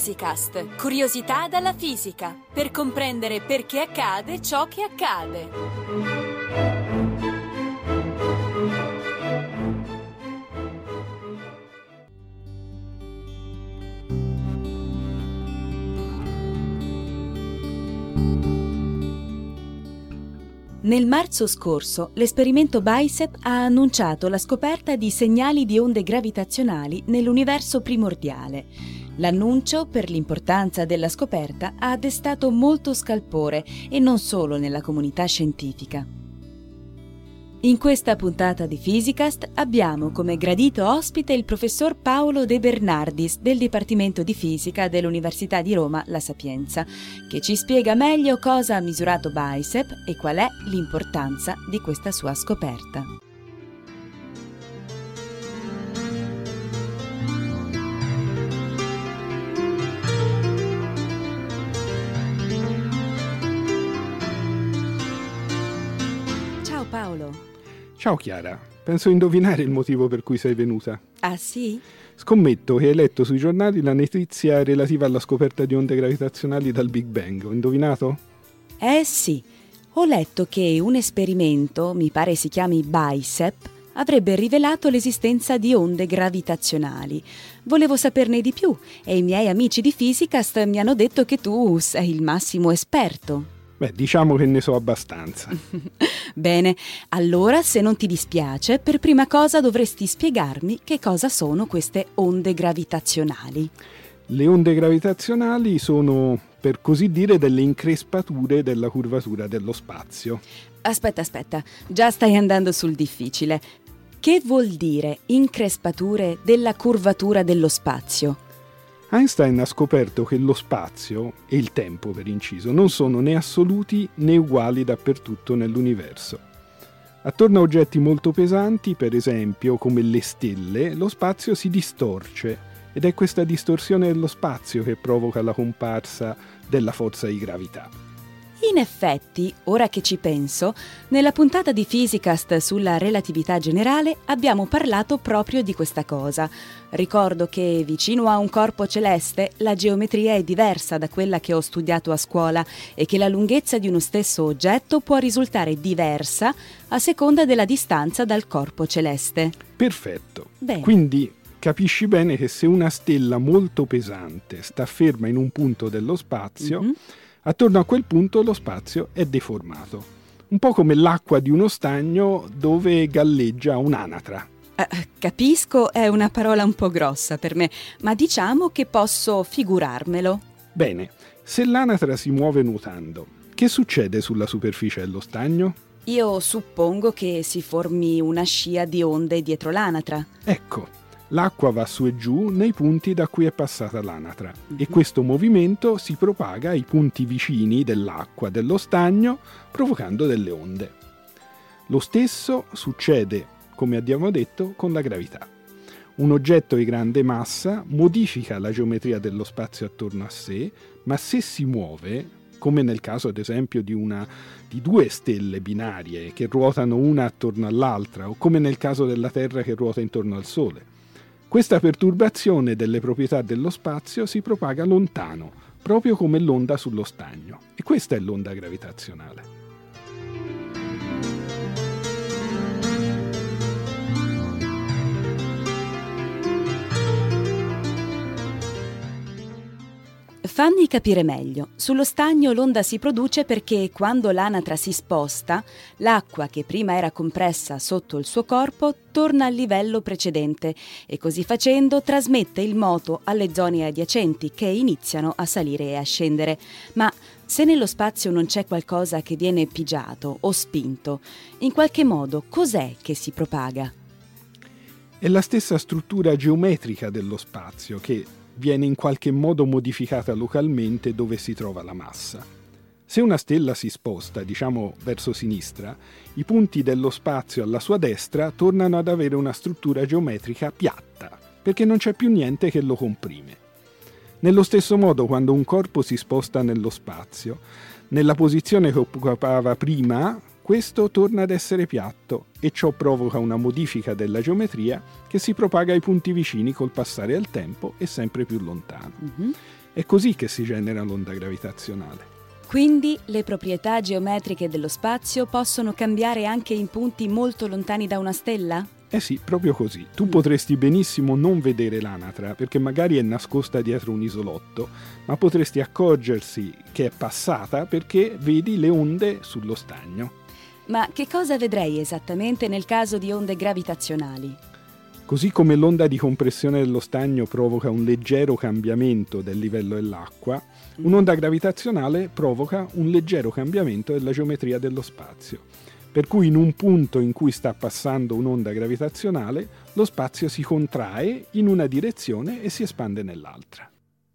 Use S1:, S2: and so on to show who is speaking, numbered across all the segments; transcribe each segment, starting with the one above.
S1: Fisicast, curiosità dalla fisica, per comprendere perché accade ciò che accade. Nel marzo scorso, l'esperimento BICEP ha annunciato la scoperta di segnali di onde gravitazionali nell'universo primordiale. L'annuncio, per l'importanza della scoperta, ha destato molto scalpore e non solo nella comunità scientifica. In questa puntata di Fisicast abbiamo come gradito ospite il professor Paolo De Bernardis del Dipartimento di Fisica dell'Università di Roma La Sapienza, che ci spiega meglio cosa ha misurato BICEP e qual è l'importanza di questa sua scoperta. Ciao Paolo.
S2: Ciao Chiara, penso indovinare il motivo per cui sei venuta.
S1: Ah sì?
S2: Scommetto che hai letto sui giornali la notizia relativa alla scoperta di onde gravitazionali dal Big Bang. Ho indovinato?
S1: Sì, ho letto che un esperimento, mi pare si chiami BICEP, avrebbe rivelato l'esistenza di onde gravitazionali. Volevo saperne di più e i miei amici di Fisicast mi hanno detto che tu sei il massimo esperto.
S2: Beh, diciamo che ne so abbastanza.
S1: Bene, allora se non ti dispiace, per prima cosa dovresti spiegarmi che cosa sono queste onde gravitazionali.
S2: Le onde gravitazionali sono, per così dire, delle increspature della curvatura dello spazio.
S1: Aspetta, già stai andando sul difficile. Che vuol dire increspature della curvatura dello spazio?
S2: Einstein ha scoperto che lo spazio, e il tempo per inciso, non sono né assoluti né uguali dappertutto nell'universo. Attorno a oggetti molto pesanti, per esempio come le stelle, lo spazio si distorce ed è questa distorsione dello spazio che provoca la comparsa della forza di gravità.
S1: In effetti, ora che ci penso, nella puntata di Fisicast sulla relatività generale abbiamo parlato proprio di questa cosa. Ricordo che vicino a un corpo celeste la geometria è diversa da quella che ho studiato a scuola e che la lunghezza di uno stesso oggetto può risultare diversa a seconda della distanza dal corpo celeste.
S2: Perfetto.
S1: Bene.
S2: Quindi capisci bene che se una stella molto pesante sta ferma in un punto dello spazio, attorno a quel punto lo spazio è deformato. Un po' come l'acqua di uno stagno dove galleggia un'anatra.
S1: Capisco, è una parola un po' grossa per me, ma diciamo che posso figurarmelo.
S2: Bene, se l'anatra si muove nuotando, che succede sulla superficie dello stagno?
S1: Io suppongo che si formi una scia di onde dietro l'anatra.
S2: Ecco, l'acqua va su e giù nei punti da cui è passata l'anatra e questo movimento si propaga ai punti vicini dell'acqua dello stagno, provocando delle onde. Lo stesso succede, come abbiamo detto, con la gravità. Un oggetto di grande massa modifica la geometria dello spazio attorno a sé, ma se si muove, come nel caso ad esempio di due stelle binarie che ruotano una attorno all'altra, o come nel caso della Terra che ruota intorno al Sole, questa perturbazione delle proprietà dello spazio si propaga lontano, proprio come l'onda sullo stagno. E questa è l'onda gravitazionale.
S1: Fammi capire meglio. Sullo stagno l'onda si produce perché quando l'anatra si sposta, l'acqua che prima era compressa sotto il suo corpo torna al livello precedente e così facendo trasmette il moto alle zone adiacenti che iniziano a salire e a scendere. Ma se nello spazio non c'è qualcosa che viene pigiato o spinto, in qualche modo cos'è che si propaga?
S2: È la stessa struttura geometrica dello spazio che viene in qualche modo modificata localmente dove si trova la massa. Se una stella si sposta, diciamo verso sinistra, i punti dello spazio alla sua destra tornano ad avere una struttura geometrica piatta, perché non c'è più niente che lo comprime. Nello stesso modo, quando un corpo si sposta nello spazio, nella posizione che occupava prima, questo torna ad essere piatto e ciò provoca una modifica della geometria che si propaga ai punti vicini col passare del tempo e sempre più lontano. È così che si genera l'onda gravitazionale.
S1: Quindi le proprietà geometriche dello spazio possono cambiare anche in punti molto lontani da una stella?
S2: Eh sì, proprio così. Tu potresti benissimo non vedere l'anatra, perché magari è nascosta dietro un isolotto, ma potresti accorgersi che è passata perché vedi le onde sullo stagno.
S1: Ma che cosa vedrei esattamente nel caso di onde gravitazionali?
S2: Così come l'onda di compressione dello stagno provoca un leggero cambiamento del livello dell'acqua, un'onda gravitazionale provoca un leggero cambiamento della geometria dello spazio. Per cui in un punto in cui sta passando un'onda gravitazionale, lo spazio si contrae in una direzione e si espande nell'altra.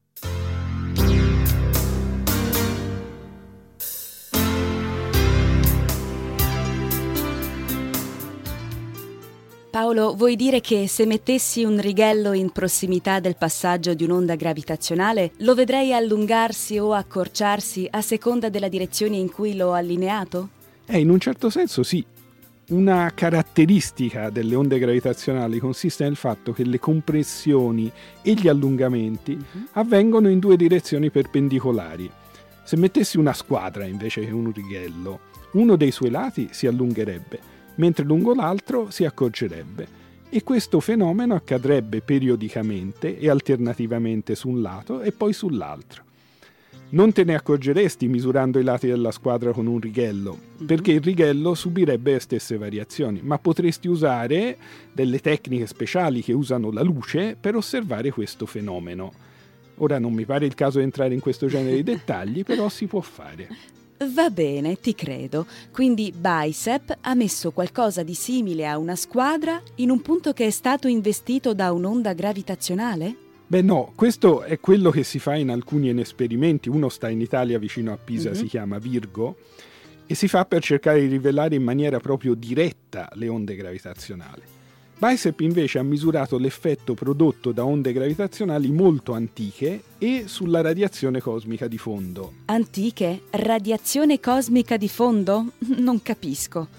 S1: Paolo, vuoi dire che se mettessi un righello in prossimità del passaggio di un'onda gravitazionale, lo vedrei allungarsi o accorciarsi a seconda della direzione in cui l'ho allineato?
S2: In un certo senso sì. Una caratteristica delle onde gravitazionali consiste nel fatto che le compressioni e gli allungamenti avvengono in due direzioni perpendicolari. Se mettessi una squadra invece che un righello, uno dei suoi lati si allungherebbe, mentre lungo l'altro si accorgerebbe. E questo fenomeno accadrebbe periodicamente e alternativamente su un lato e poi sull'altro. Non te ne accorgeresti misurando i lati della squadra con un righello, perché il righello subirebbe le stesse variazioni, ma potresti usare delle tecniche speciali che usano la luce per osservare questo fenomeno. Ora non mi pare il caso di entrare in questo genere di dettagli, però si può fare.
S1: Va bene, ti credo. Quindi BICEP ha messo qualcosa di simile a una squadra in un punto che è stato investito da un'onda gravitazionale?
S2: Beh no, questo è quello che si fa in alcuni esperimenti. Uno sta in Italia vicino a Pisa, si chiama Virgo, e si fa per cercare di rivelare in maniera proprio diretta le onde gravitazionali. BICEP invece ha misurato l'effetto prodotto da onde gravitazionali molto antiche e sulla radiazione cosmica di fondo.
S1: Antiche? Radiazione cosmica di fondo? Non capisco.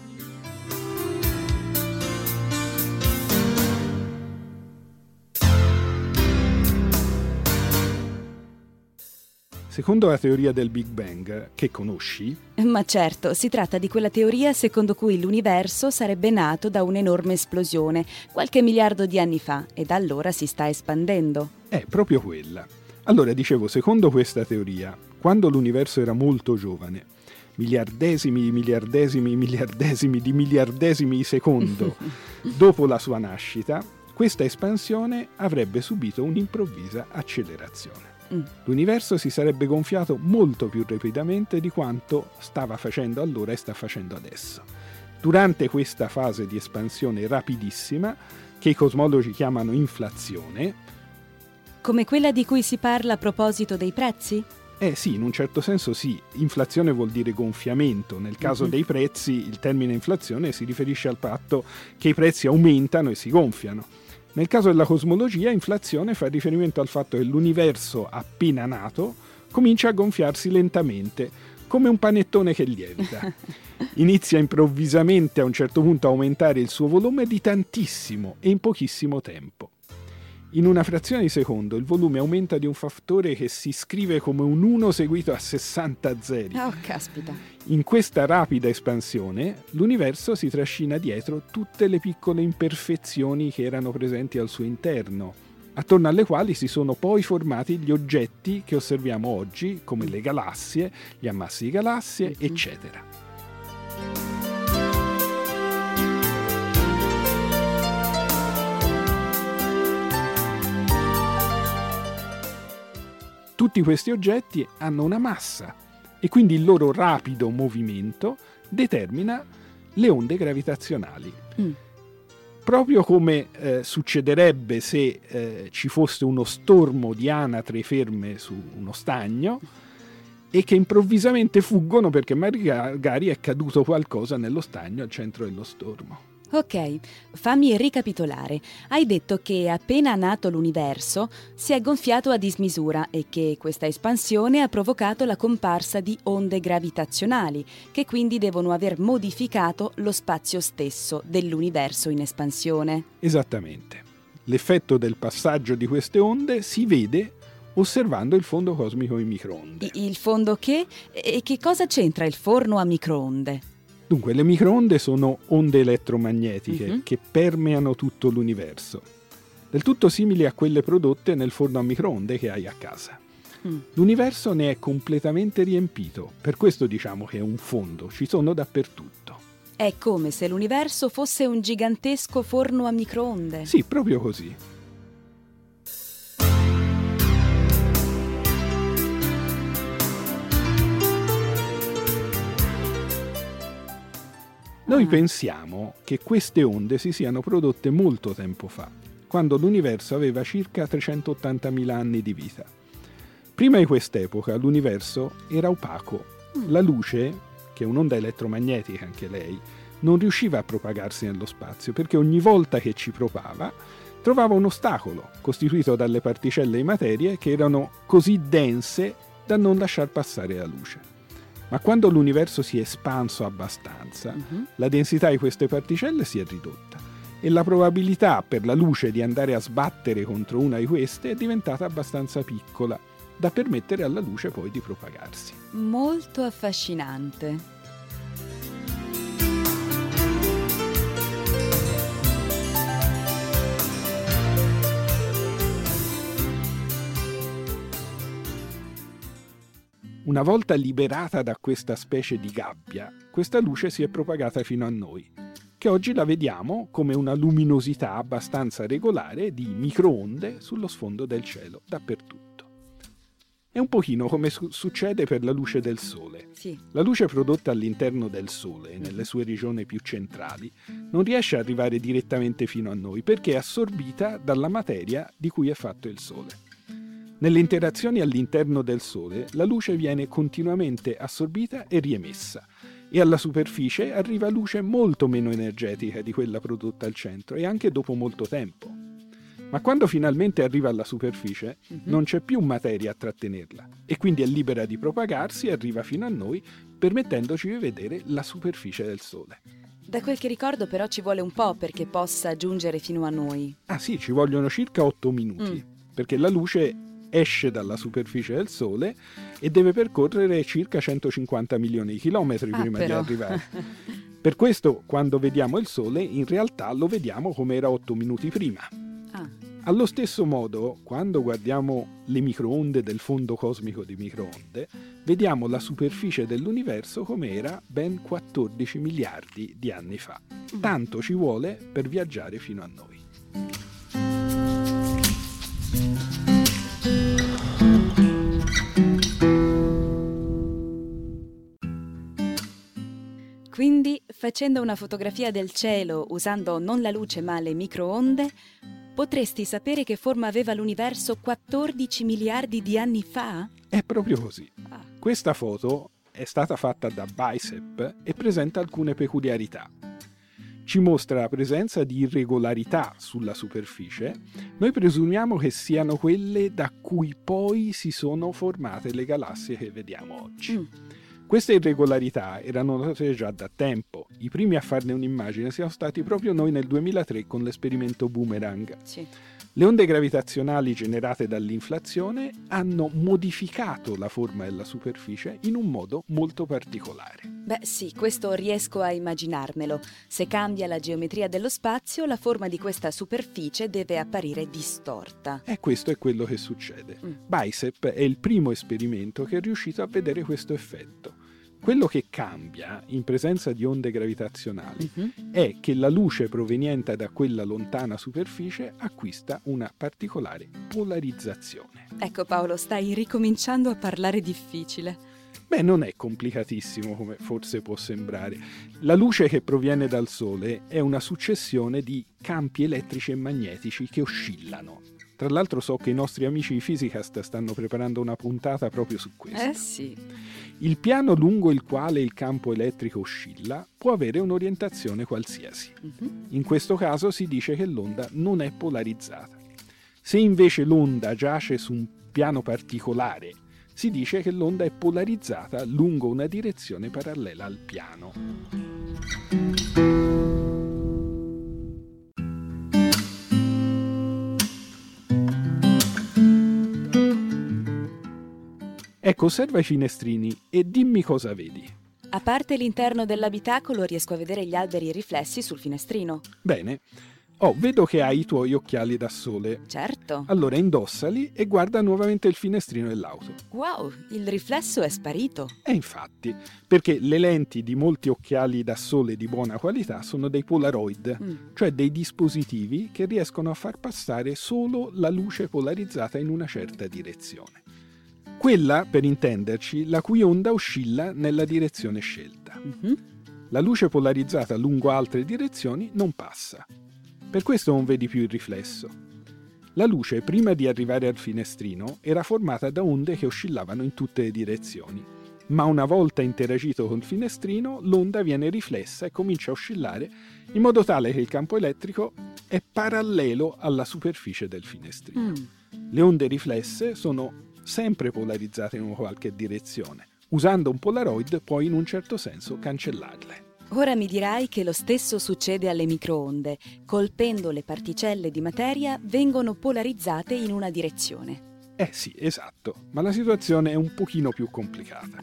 S2: Secondo la teoria del Big Bang, che conosci?
S1: Ma certo, si tratta di quella teoria secondo cui l'universo sarebbe nato da un'enorme esplosione qualche miliardo di anni fa e da allora si sta espandendo.
S2: È proprio quella. Allora, dicevo, secondo questa teoria, quando l'universo era molto giovane, miliardesimi di miliardesimi di miliardesimi di secondo dopo la sua nascita, questa espansione avrebbe subito un'improvvisa accelerazione. L'universo si sarebbe gonfiato molto più rapidamente di quanto stava facendo allora e sta facendo adesso. Durante questa fase di espansione rapidissima, che i cosmologi chiamano inflazione...
S1: Come quella di cui si parla a proposito dei prezzi?
S2: Sì, in un certo senso sì. Inflazione vuol dire gonfiamento. Nel caso dei prezzi, il termine inflazione si riferisce al fatto che i prezzi aumentano e si gonfiano. Nel caso della cosmologia, inflazione fa riferimento al fatto che l'universo appena nato comincia a gonfiarsi lentamente, come un panettone che lievita. Inizia improvvisamente a un certo punto a aumentare il suo volume di tantissimo e in pochissimo tempo. In una frazione di secondo il volume aumenta di un fattore che si scrive come un 1 seguito a 60 zeri.
S1: Oh, caspita!
S2: In questa rapida espansione l'universo si trascina dietro tutte le piccole imperfezioni che erano presenti al suo interno, attorno alle quali si sono poi formati gli oggetti che osserviamo oggi, come le galassie, gli ammassi di galassie, eccetera. Tutti questi oggetti hanno una massa e quindi il loro rapido movimento determina le onde gravitazionali. Proprio come succederebbe se ci fosse uno stormo di anatre ferme su uno stagno e che improvvisamente fuggono perché magari è caduto qualcosa nello stagno al centro dello stormo.
S1: Ok, fammi ricapitolare. Hai detto che appena nato l'universo si è gonfiato a dismisura e che questa espansione ha provocato la comparsa di onde gravitazionali, che quindi devono aver modificato lo spazio stesso dell'universo in espansione.
S2: Esattamente. L'effetto del passaggio di queste onde si vede osservando il fondo cosmico in microonde.
S1: Il fondo che? E che cosa c'entra il forno a microonde?
S2: Dunque, le microonde sono onde elettromagnetiche che permeano tutto l'universo, del tutto simili a quelle prodotte nel forno a microonde che hai a casa. L'universo ne è completamente riempito, per questo diciamo che è un fondo, ci sono dappertutto.
S1: È come se l'universo fosse un gigantesco forno a microonde.
S2: Sì, proprio così. Noi pensiamo che queste onde si siano prodotte molto tempo fa, quando l'universo aveva circa 380.000 anni di vita. Prima di quest'epoca l'universo era opaco. La luce, che è un'onda elettromagnetica anche lei, non riusciva a propagarsi nello spazio perché ogni volta che ci provava trovava un ostacolo costituito dalle particelle di materie che erano così dense da non lasciar passare la luce. Ma quando l'universo si è espanso abbastanza, la densità di queste particelle si è ridotta e la probabilità per la luce di andare a sbattere contro una di queste è diventata abbastanza piccola da permettere alla luce poi di propagarsi.
S1: Molto affascinante.
S2: Una volta liberata da questa specie di gabbia, questa luce si è propagata fino a noi, che oggi la vediamo come una luminosità abbastanza regolare di microonde sullo sfondo del cielo, dappertutto. È un pochino come succede per la luce del Sole.
S1: Sì.
S2: La luce prodotta all'interno del Sole, nelle sue regioni più centrali, non riesce ad arrivare direttamente fino a noi perché è assorbita dalla materia di cui è fatto il Sole. Nelle interazioni all'interno del Sole, la luce viene continuamente assorbita e riemessa, e alla superficie arriva luce molto meno energetica di quella prodotta al centro, e anche dopo molto tempo. Ma quando finalmente arriva alla superficie, non c'è più materia a trattenerla, e quindi è libera di propagarsi e arriva fino a noi, permettendoci di vedere la superficie del Sole.
S1: Da quel che ricordo però ci vuole un po' perché possa giungere fino a noi.
S2: Ah sì, ci vogliono circa 8 minuti, perché la luce esce dalla superficie del Sole e deve percorrere circa 150 milioni di chilometri prima di arrivare. Per questo, quando vediamo il Sole, in realtà lo vediamo come era 8 minuti prima. Allo stesso modo, quando guardiamo le microonde del fondo cosmico di microonde, vediamo la superficie dell'universo come era ben 14 miliardi di anni fa. Tanto ci vuole per viaggiare fino a noi.
S1: Quindi, facendo una fotografia del cielo usando non la luce ma le microonde, potresti sapere che forma aveva l'universo 14 miliardi di anni fa?
S2: È proprio così. Questa foto è stata fatta da BICEP e presenta alcune peculiarità. Ci mostra la presenza di irregolarità sulla superficie. Noi presumiamo che siano quelle da cui poi si sono formate le galassie che vediamo oggi. Queste irregolarità erano note già da tempo. I primi a farne un'immagine siamo stati proprio noi nel 2003 con l'esperimento Boomerang.
S1: Sì.
S2: Le onde gravitazionali generate dall'inflazione hanno modificato la forma della superficie in un modo molto particolare.
S1: Beh sì, questo riesco a immaginarmelo. Se cambia la geometria dello spazio, la forma di questa superficie deve apparire distorta.
S2: E questo è quello che succede. BICEP è il primo esperimento che è riuscito a vedere questo effetto. Quello che cambia in presenza di onde gravitazionali è che la luce proveniente da quella lontana superficie acquista una particolare polarizzazione.
S1: Ecco Paolo, stai ricominciando a parlare difficile.
S2: Beh, non è complicatissimo come forse può sembrare. La luce che proviene dal Sole è una successione di campi elettrici e magnetici che oscillano. Tra l'altro so che i nostri amici di Physicast stanno preparando una puntata proprio su questo.
S1: Sì.
S2: Il piano lungo il quale il campo elettrico oscilla può avere un'orientazione qualsiasi. In questo caso si dice che l'onda non è polarizzata. Se invece l'onda giace su un piano particolare, si dice che l'onda è polarizzata lungo una direzione parallela al piano. Ecco, osserva i finestrini e dimmi cosa vedi.
S1: A parte l'interno dell'abitacolo, riesco a vedere gli alberi riflessi sul finestrino.
S2: Bene. Vedo che hai i tuoi occhiali da sole.
S1: Certo.
S2: Allora indossali e guarda nuovamente il finestrino dell'auto.
S1: Wow, il riflesso è sparito.
S2: E infatti, perché le lenti di molti occhiali da sole di buona qualità sono dei Polaroid, cioè dei dispositivi che riescono a far passare solo la luce polarizzata in una certa direzione. Quella, per intenderci, la cui onda oscilla nella direzione scelta. La luce polarizzata lungo altre direzioni non passa. Per questo non vedi più il riflesso. La luce, prima di arrivare al finestrino, era formata da onde che oscillavano in tutte le direzioni. Ma una volta interagito col finestrino, l'onda viene riflessa e comincia a oscillare in modo tale che il campo elettrico è parallelo alla superficie del finestrino. Le onde riflesse sono sempre polarizzate in una qualche direzione. Usando un Polaroid puoi in un certo senso cancellarle.
S1: Ora mi dirai che lo stesso succede alle microonde. Colpendo le particelle di materia vengono polarizzate in una direzione.
S2: Sì, esatto, ma la situazione è un pochino più complicata.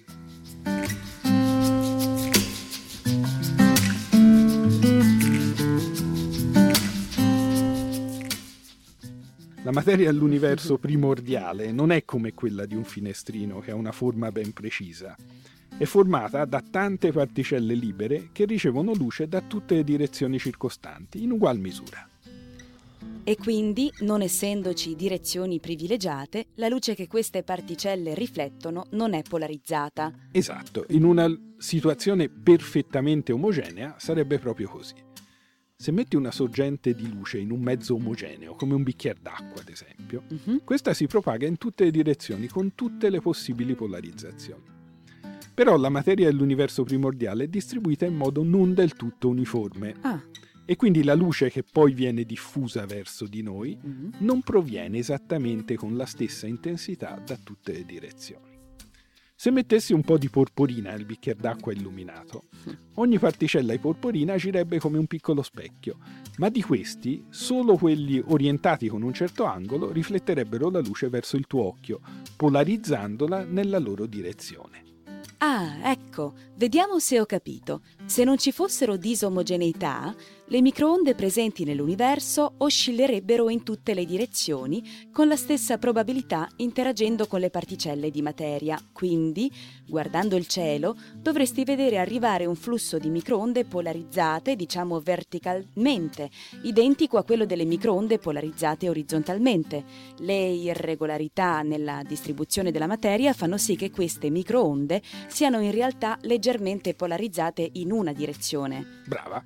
S2: La materia dell'universo primordiale non è come quella di un finestrino che ha una forma ben precisa. È formata da tante particelle libere che ricevono luce da tutte le direzioni circostanti, in ugual misura.
S1: E quindi, non essendoci direzioni privilegiate, la luce che queste particelle riflettono non è polarizzata.
S2: Esatto, in una situazione perfettamente omogenea sarebbe proprio così. Se metti una sorgente di luce in un mezzo omogeneo, come un bicchiere d'acqua ad esempio, questa si propaga in tutte le direzioni con tutte le possibili polarizzazioni. Però la materia dell'universo primordiale è distribuita in modo non del tutto uniforme. E quindi la luce che poi viene diffusa verso di noi non proviene esattamente con la stessa intensità da tutte le direzioni. Se mettessi un po' di porporina nel bicchiere d'acqua illuminato, ogni particella di porporina agirebbe come un piccolo specchio, ma di questi solo quelli orientati con un certo angolo rifletterebbero la luce verso il tuo occhio, polarizzandola nella loro direzione.
S1: Ecco, vediamo se ho capito. Se non ci fossero disomogeneità, le microonde presenti nell'universo oscillerebbero in tutte le direzioni con la stessa probabilità interagendo con le particelle di materia. Quindi, guardando il cielo, dovresti vedere arrivare un flusso di microonde polarizzate, diciamo verticalmente, identico a quello delle microonde polarizzate orizzontalmente. Le irregolarità nella distribuzione della materia fanno sì che queste microonde siano in realtà leggermente polarizzate in una direzione.
S2: Brava!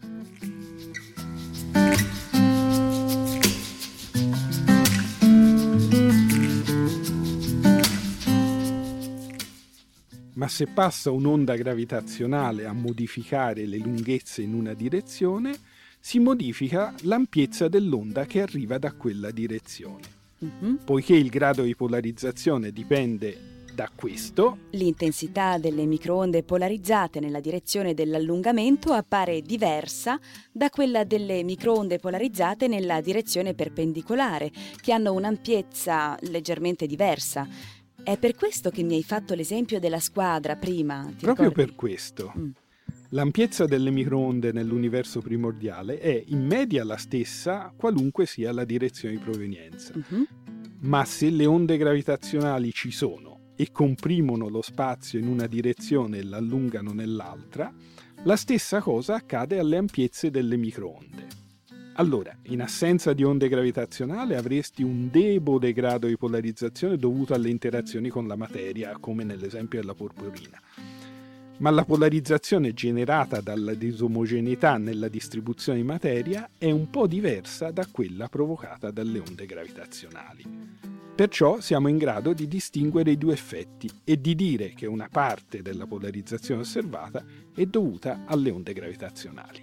S2: Ma se passa un'onda gravitazionale a modificare le lunghezze in una direzione, si modifica l'ampiezza dell'onda che arriva da quella direzione. Poiché il grado di polarizzazione dipende da questo,
S1: l'intensità delle microonde polarizzate nella direzione dell'allungamento appare diversa da quella delle microonde polarizzate nella direzione perpendicolare, che hanno un'ampiezza leggermente diversa. È per questo che mi hai fatto l'esempio della squadra prima, ti
S2: proprio
S1: ricordi?
S2: Per questo. L'ampiezza delle microonde nell'universo primordiale è in media la stessa qualunque sia la direzione di provenienza. Ma se le onde gravitazionali ci sono e comprimono lo spazio in una direzione e l'allungano nell'altra, la stessa cosa accade alle ampiezze delle microonde. Allora, in assenza di onde gravitazionali avresti un debole grado di polarizzazione dovuto alle interazioni con la materia, come nell'esempio della porporina. Ma la polarizzazione generata dalla disomogeneità nella distribuzione di materia è un po' diversa da quella provocata dalle onde gravitazionali. Perciò siamo in grado di distinguere i due effetti e di dire che una parte della polarizzazione osservata è dovuta alle onde gravitazionali.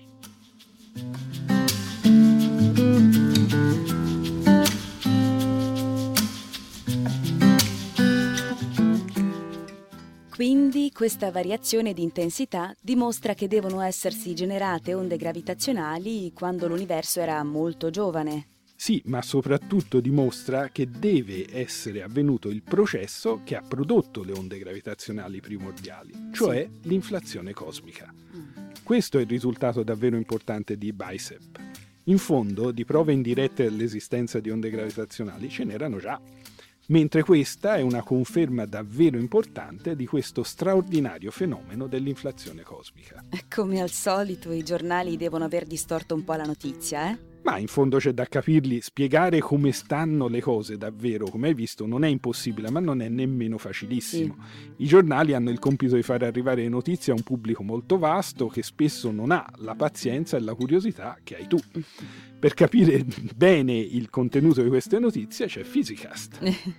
S1: Quindi questa variazione di intensità dimostra che devono essersi generate onde gravitazionali quando l'universo era molto giovane.
S2: Sì, ma soprattutto dimostra che deve essere avvenuto il processo che ha prodotto le onde gravitazionali primordiali, cioè l'inflazione cosmica. Questo è il risultato davvero importante di BICEP. In fondo, di prove indirette dell'esistenza di onde gravitazionali ce n'erano già, mentre questa è una conferma davvero importante di questo straordinario fenomeno dell'inflazione cosmica.
S1: Come al solito, i giornali devono aver distorto un po' la notizia, eh?
S2: Ma in fondo c'è da capirli, spiegare come stanno le cose davvero, come hai visto, non è impossibile, ma non è nemmeno facilissimo. Sì. I giornali hanno il compito di fare arrivare le notizie a un pubblico molto vasto che spesso non ha la pazienza e la curiosità che hai tu. Per capire bene il contenuto di queste notizie c'è Physicast.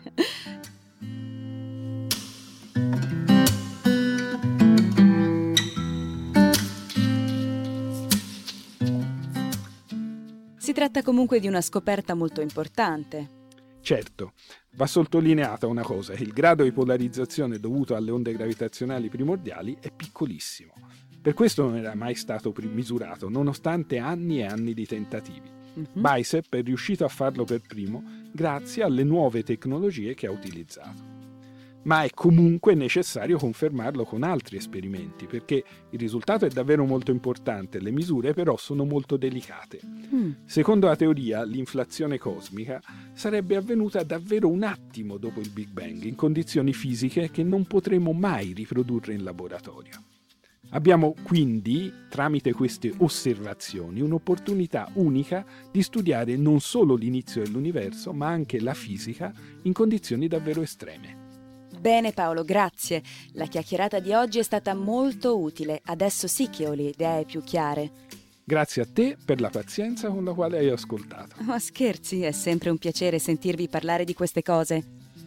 S1: Si tratta comunque di una scoperta molto importante.
S2: Certo, va sottolineata una cosa, il grado di polarizzazione dovuto alle onde gravitazionali primordiali è piccolissimo. Per questo non era mai stato misurato, nonostante anni e anni di tentativi. BICEP è riuscito a farlo per primo grazie alle nuove tecnologie che ha utilizzato. Ma è comunque necessario confermarlo con altri esperimenti, perché il risultato è davvero molto importante, le misure però sono molto delicate. Secondo la teoria, l'inflazione cosmica sarebbe avvenuta davvero un attimo dopo il Big Bang, in condizioni fisiche che non potremo mai riprodurre in laboratorio. Abbiamo quindi, tramite queste osservazioni, un'opportunità unica di studiare non solo l'inizio dell'universo, ma anche la fisica in condizioni davvero estreme.
S1: Bene Paolo, grazie. La chiacchierata di oggi è stata molto utile. Adesso sì che ho le idee più chiare.
S2: Grazie a te per la pazienza con la quale hai ascoltato.
S1: Ma scherzi, è sempre un piacere sentirvi parlare di queste cose.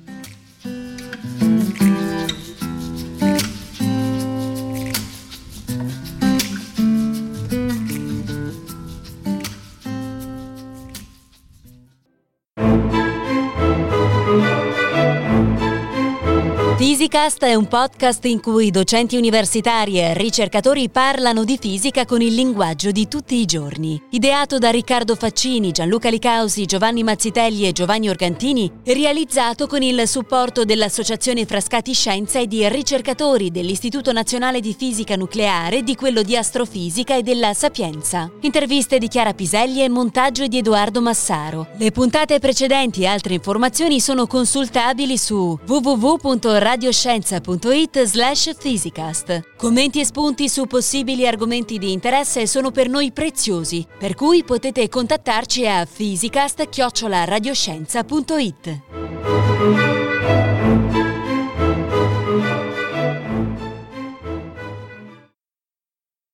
S1: Physicast è un podcast in cui docenti universitari e ricercatori parlano di fisica con il linguaggio di tutti i giorni. Ideato da Riccardo Faccini, Gianluca Licausi, Giovanni Mazzitelli e Giovanni Organtini, realizzato con il supporto dell'Associazione Frascati Scienza e di ricercatori dell'Istituto Nazionale di Fisica Nucleare, di quello di Astrofisica e della Sapienza. Interviste di Chiara Piselli e montaggio di Edoardo Massaro. Le puntate precedenti e altre informazioni sono consultabili su www.radioscienza.it/Physicast. Commenti e spunti su possibili argomenti di interesse sono per noi preziosi, per cui potete contattarci a physicast@radioscienza.it.